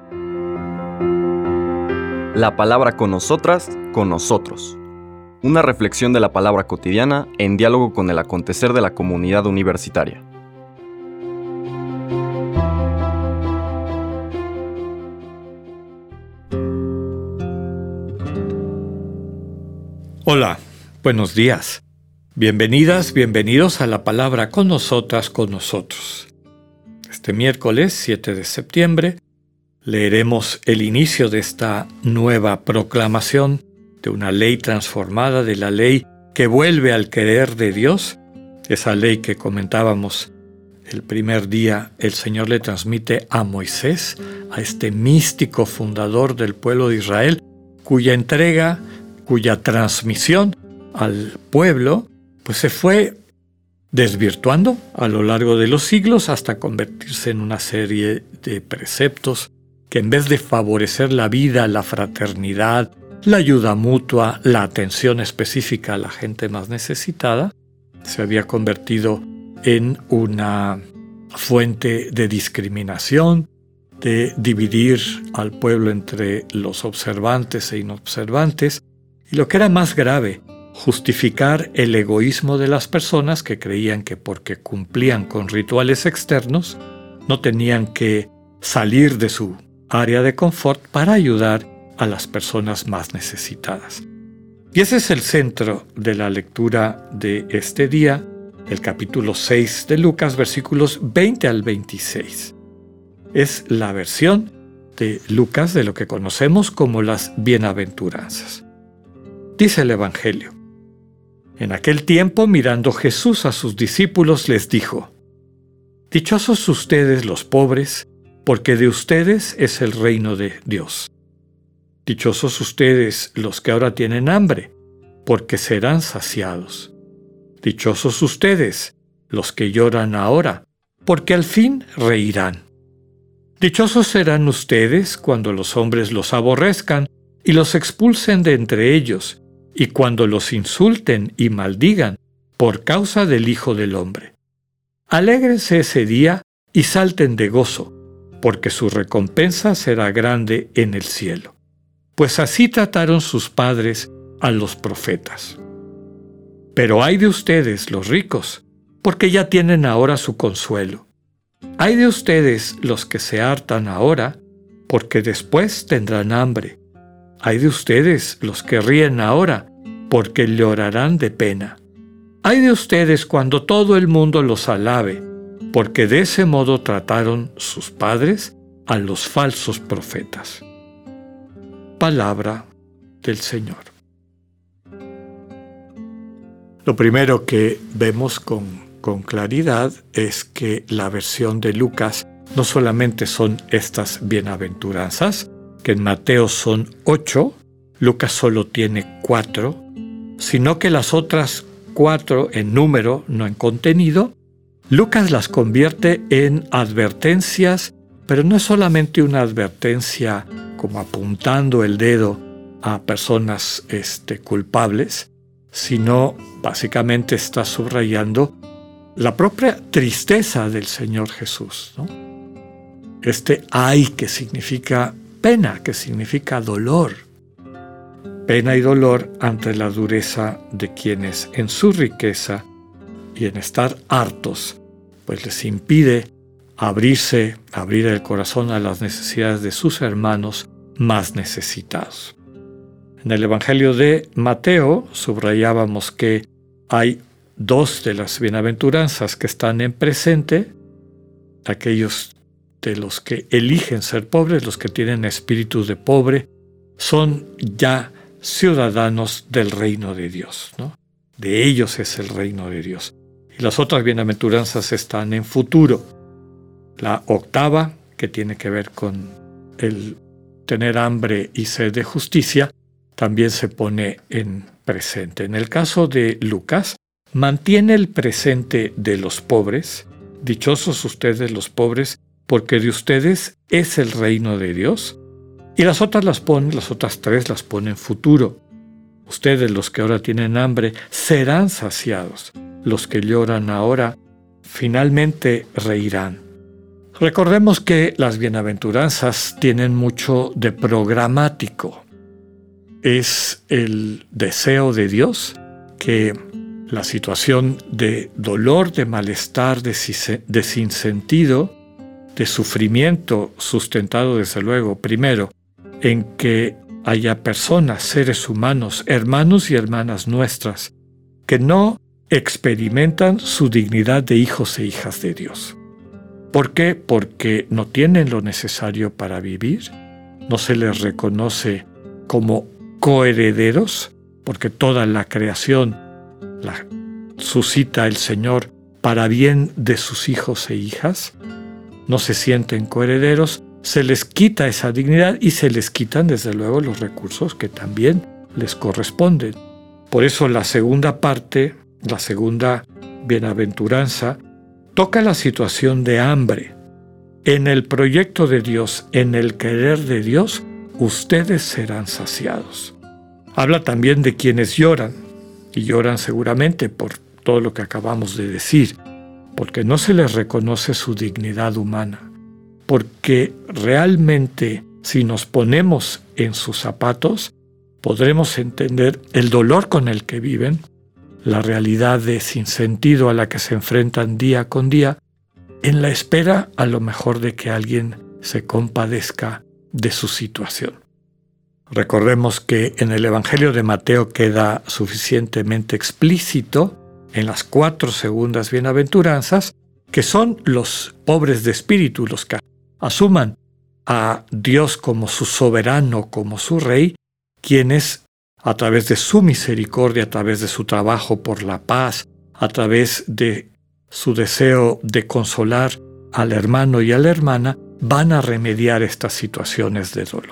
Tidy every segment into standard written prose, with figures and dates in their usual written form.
La palabra con nosotras, con nosotros. Una reflexión de la palabra cotidiana en diálogo con el acontecer de la comunidad universitaria. Hola, buenos días. Bienvenidas, bienvenidos a la palabra con nosotras, con nosotros. Este miércoles 7 de septiembre leeremos el inicio de esta nueva proclamación de una ley transformada, de la ley que vuelve al querer de Dios. Esa ley que comentábamos el primer día, el Señor le transmite a Moisés, a este místico fundador del pueblo de Israel, cuya entrega, cuya transmisión al pueblo, pues se fue desvirtuando a lo largo de los siglos hasta convertirse en una serie de preceptos que en vez de favorecer la vida, la fraternidad, la ayuda mutua, la atención específica a la gente más necesitada, se había convertido en una fuente de discriminación, de dividir al pueblo entre los observantes e inobservantes, y lo que era más grave, justificar el egoísmo de las personas que creían que porque cumplían con rituales externos, no tenían que salir de su área de confort para ayudar a las personas más necesitadas. Y ese es el centro de la lectura de este día, el capítulo 6 de Lucas, versículos 20 al 26. Es la versión de Lucas de lo que conocemos como las bienaventuranzas. Dice el Evangelio: en aquel tiempo, mirando Jesús a sus discípulos, les dijo: dichosos ustedes los pobres, porque de ustedes es el reino de Dios. Dichosos ustedes los que ahora tienen hambre, porque serán saciados. Dichosos ustedes los que lloran ahora, porque al fin reirán. Dichosos serán ustedes cuando los hombres los aborrezcan y los expulsen de entre ellos, y cuando los insulten y maldigan por causa del Hijo del Hombre. Alégrense ese día y salten de gozo, porque su recompensa será grande en el cielo. Pues así trataron sus padres a los profetas. Pero ay de ustedes, los ricos, porque ya tienen ahora su consuelo. Ay de ustedes, los que se hartan ahora, porque después tendrán hambre. Ay de ustedes, los que ríen ahora, porque llorarán de pena. Ay de ustedes cuando todo el mundo los alabe, porque de ese modo trataron sus padres a los falsos profetas. Palabra del Señor. Lo primero que vemos con claridad es que la versión de Lucas no solamente son estas bienaventuranzas, que en Mateo son 8, Lucas solo tiene 4, sino que las otras 4 en número, no en contenido, Lucas las convierte en advertencias, pero no es solamente una advertencia como apuntando el dedo a personas culpables, sino básicamente está subrayando la propia tristeza del Señor Jesús, ¿no? Ay que significa pena, que significa dolor. Pena y dolor ante la dureza de quienes en su riqueza y en estar hartos, pues les impide abrir el corazón a las necesidades de sus hermanos más necesitados. En el Evangelio de Mateo subrayábamos que hay 2 de las bienaventuranzas que están en presente, aquellos de los que eligen ser pobres, los que tienen espíritu de pobre, son ya ciudadanos del reino de Dios, ¿no? De ellos es el reino de Dios. Y las otras bienaventuranzas están en futuro. La octava, que tiene que ver con el tener hambre y sed de justicia, también se pone en presente. En el caso de Lucas, mantiene el presente de los pobres. Dichosos ustedes los pobres, porque de ustedes es el reino de Dios. Y las otras 3 las pone en futuro. Ustedes, los que ahora tienen hambre, serán saciados. Los que lloran ahora, finalmente reirán. Recordemos que las bienaventuranzas tienen mucho de programático. Es el deseo de Dios que la situación de dolor, de malestar, de sinsentido, de sufrimiento sustentado desde luego, primero, en que haya personas, seres humanos, hermanos y hermanas nuestras, que no experimentan su dignidad de hijos e hijas de Dios. ¿Por qué? Porque no tienen lo necesario para vivir, no se les reconoce como coherederos, porque toda la creación la suscita el Señor para bien de sus hijos e hijas, no se sienten coherederos, se les quita esa dignidad y se les quitan desde luego los recursos que también les corresponden. Por eso la segunda parte, la segunda bienaventuranza, toca la situación de hambre. En el proyecto de Dios, en el querer de Dios, ustedes serán saciados. Habla también de quienes lloran, y lloran seguramente por todo lo que acabamos de decir, porque no se les reconoce su dignidad humana, porque realmente si nos ponemos en sus zapatos, podremos entender el dolor con el que viven, la realidad de sinsentido a la que se enfrentan día con día, en la espera a lo mejor de que alguien se compadezca de su situación. Recordemos que en el Evangelio de Mateo queda suficientemente explícito en las 4 segundas bienaventuranzas que son los pobres de espíritu, los que asuman a Dios como su soberano, como su rey, quienes a través de su misericordia, a través de su trabajo por la paz, a través de su deseo de consolar al hermano y a la hermana, van a remediar estas situaciones de dolor.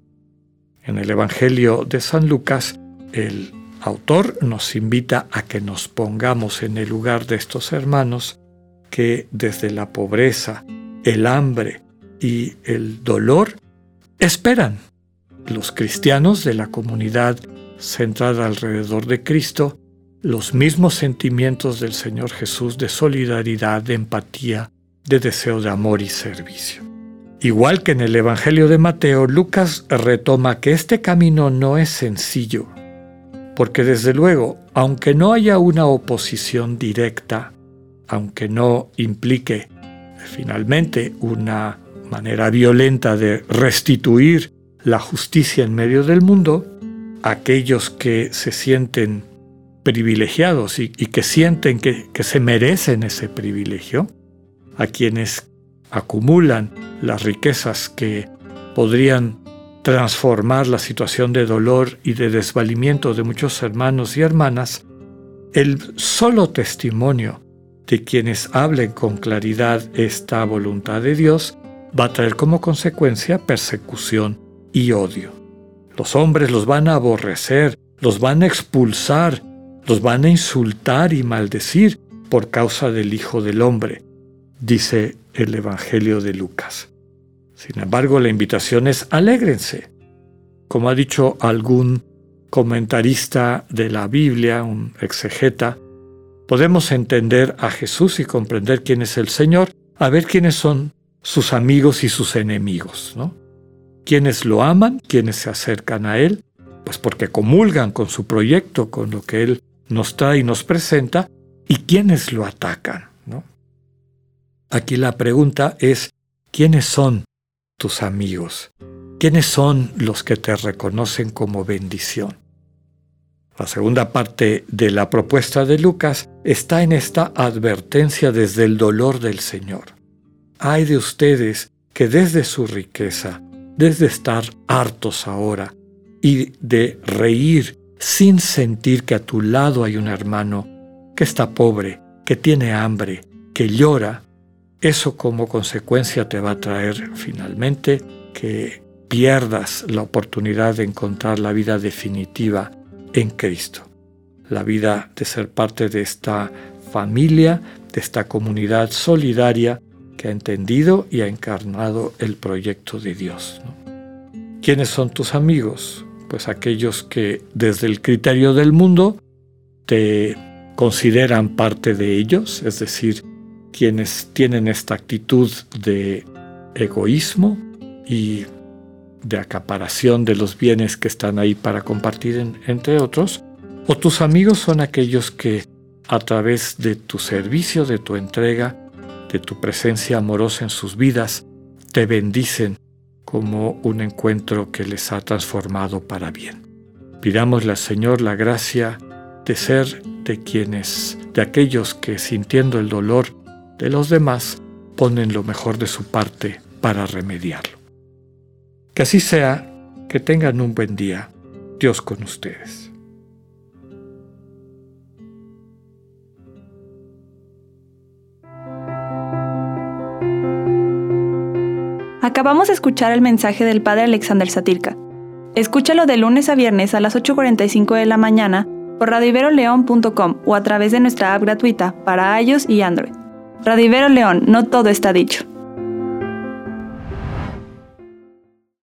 En el Evangelio de San Lucas, el autor nos invita a que nos pongamos en el lugar de estos hermanos que desde la pobreza, el hambre y el dolor esperan. Los cristianos de la comunidad centrada alrededor de Cristo, los mismos sentimientos del Señor Jesús de solidaridad, de empatía, de deseo de amor y servicio. Igual que en el Evangelio de Mateo, Lucas retoma que este camino no es sencillo, porque desde luego, aunque no haya una oposición directa, aunque no implique finalmente una manera violenta de restituir la justicia en medio del mundo, aquellos que se sienten privilegiados y que sienten que se merecen ese privilegio, a quienes acumulan las riquezas que podrían transformar la situación de dolor y de desvalimiento de muchos hermanos y hermanas, el solo testimonio de quienes hablen con claridad esta voluntad de Dios va a traer como consecuencia persecución y odio. Los hombres los van a aborrecer, los van a expulsar, los van a insultar y maldecir por causa del Hijo del Hombre, dice el Evangelio de Lucas. Sin embargo, la invitación es alégrense. Como ha dicho algún comentarista de la Biblia, un exegeta, podemos entender a Jesús y comprender quién es el Señor, a ver quiénes son sus amigos y sus enemigos, ¿no? Quienes lo aman, quienes se acercan a Él, pues porque comulgan con su proyecto, con lo que Él nos trae y nos presenta, y quienes lo atacan, ¿no? Aquí la pregunta es, ¿quiénes son tus amigos? ¿Quiénes son los que te reconocen como bendición? La segunda parte de la propuesta de Lucas está en esta advertencia desde el dolor del Señor. Ay de ustedes que desde su riqueza, desde estar hartos ahora y de reír sin sentir que a tu lado hay un hermano que está pobre, que tiene hambre, que llora, eso como consecuencia te va a traer finalmente que pierdas la oportunidad de encontrar la vida definitiva en Cristo. La vida de ser parte de esta familia, de esta comunidad solidaria que ha entendido y ha encarnado el proyecto de Dios, ¿no? ¿Quiénes son tus amigos? Pues aquellos que desde el criterio del mundo te consideran parte de ellos, es decir, quienes tienen esta actitud de egoísmo y de acaparación de los bienes que están ahí para compartir entre otros, o tus amigos son aquellos que a través de tu servicio, de tu entrega, de tu presencia amorosa en sus vidas, te bendicen como un encuentro que les ha transformado para bien. Pidámosle al Señor la gracia de ser de aquellos que, sintiendo el dolor de los demás, ponen lo mejor de su parte para remediarlo. Que así sea, que tengan un buen día. Dios con ustedes. Acabamos de escuchar el mensaje del Padre Alexander Satirka. Escúchalo de lunes a viernes a las 8:45 de la mañana por radioiveroleón.com o a través de nuestra app gratuita para iOS y Android. Radio Ibero León, no todo está dicho.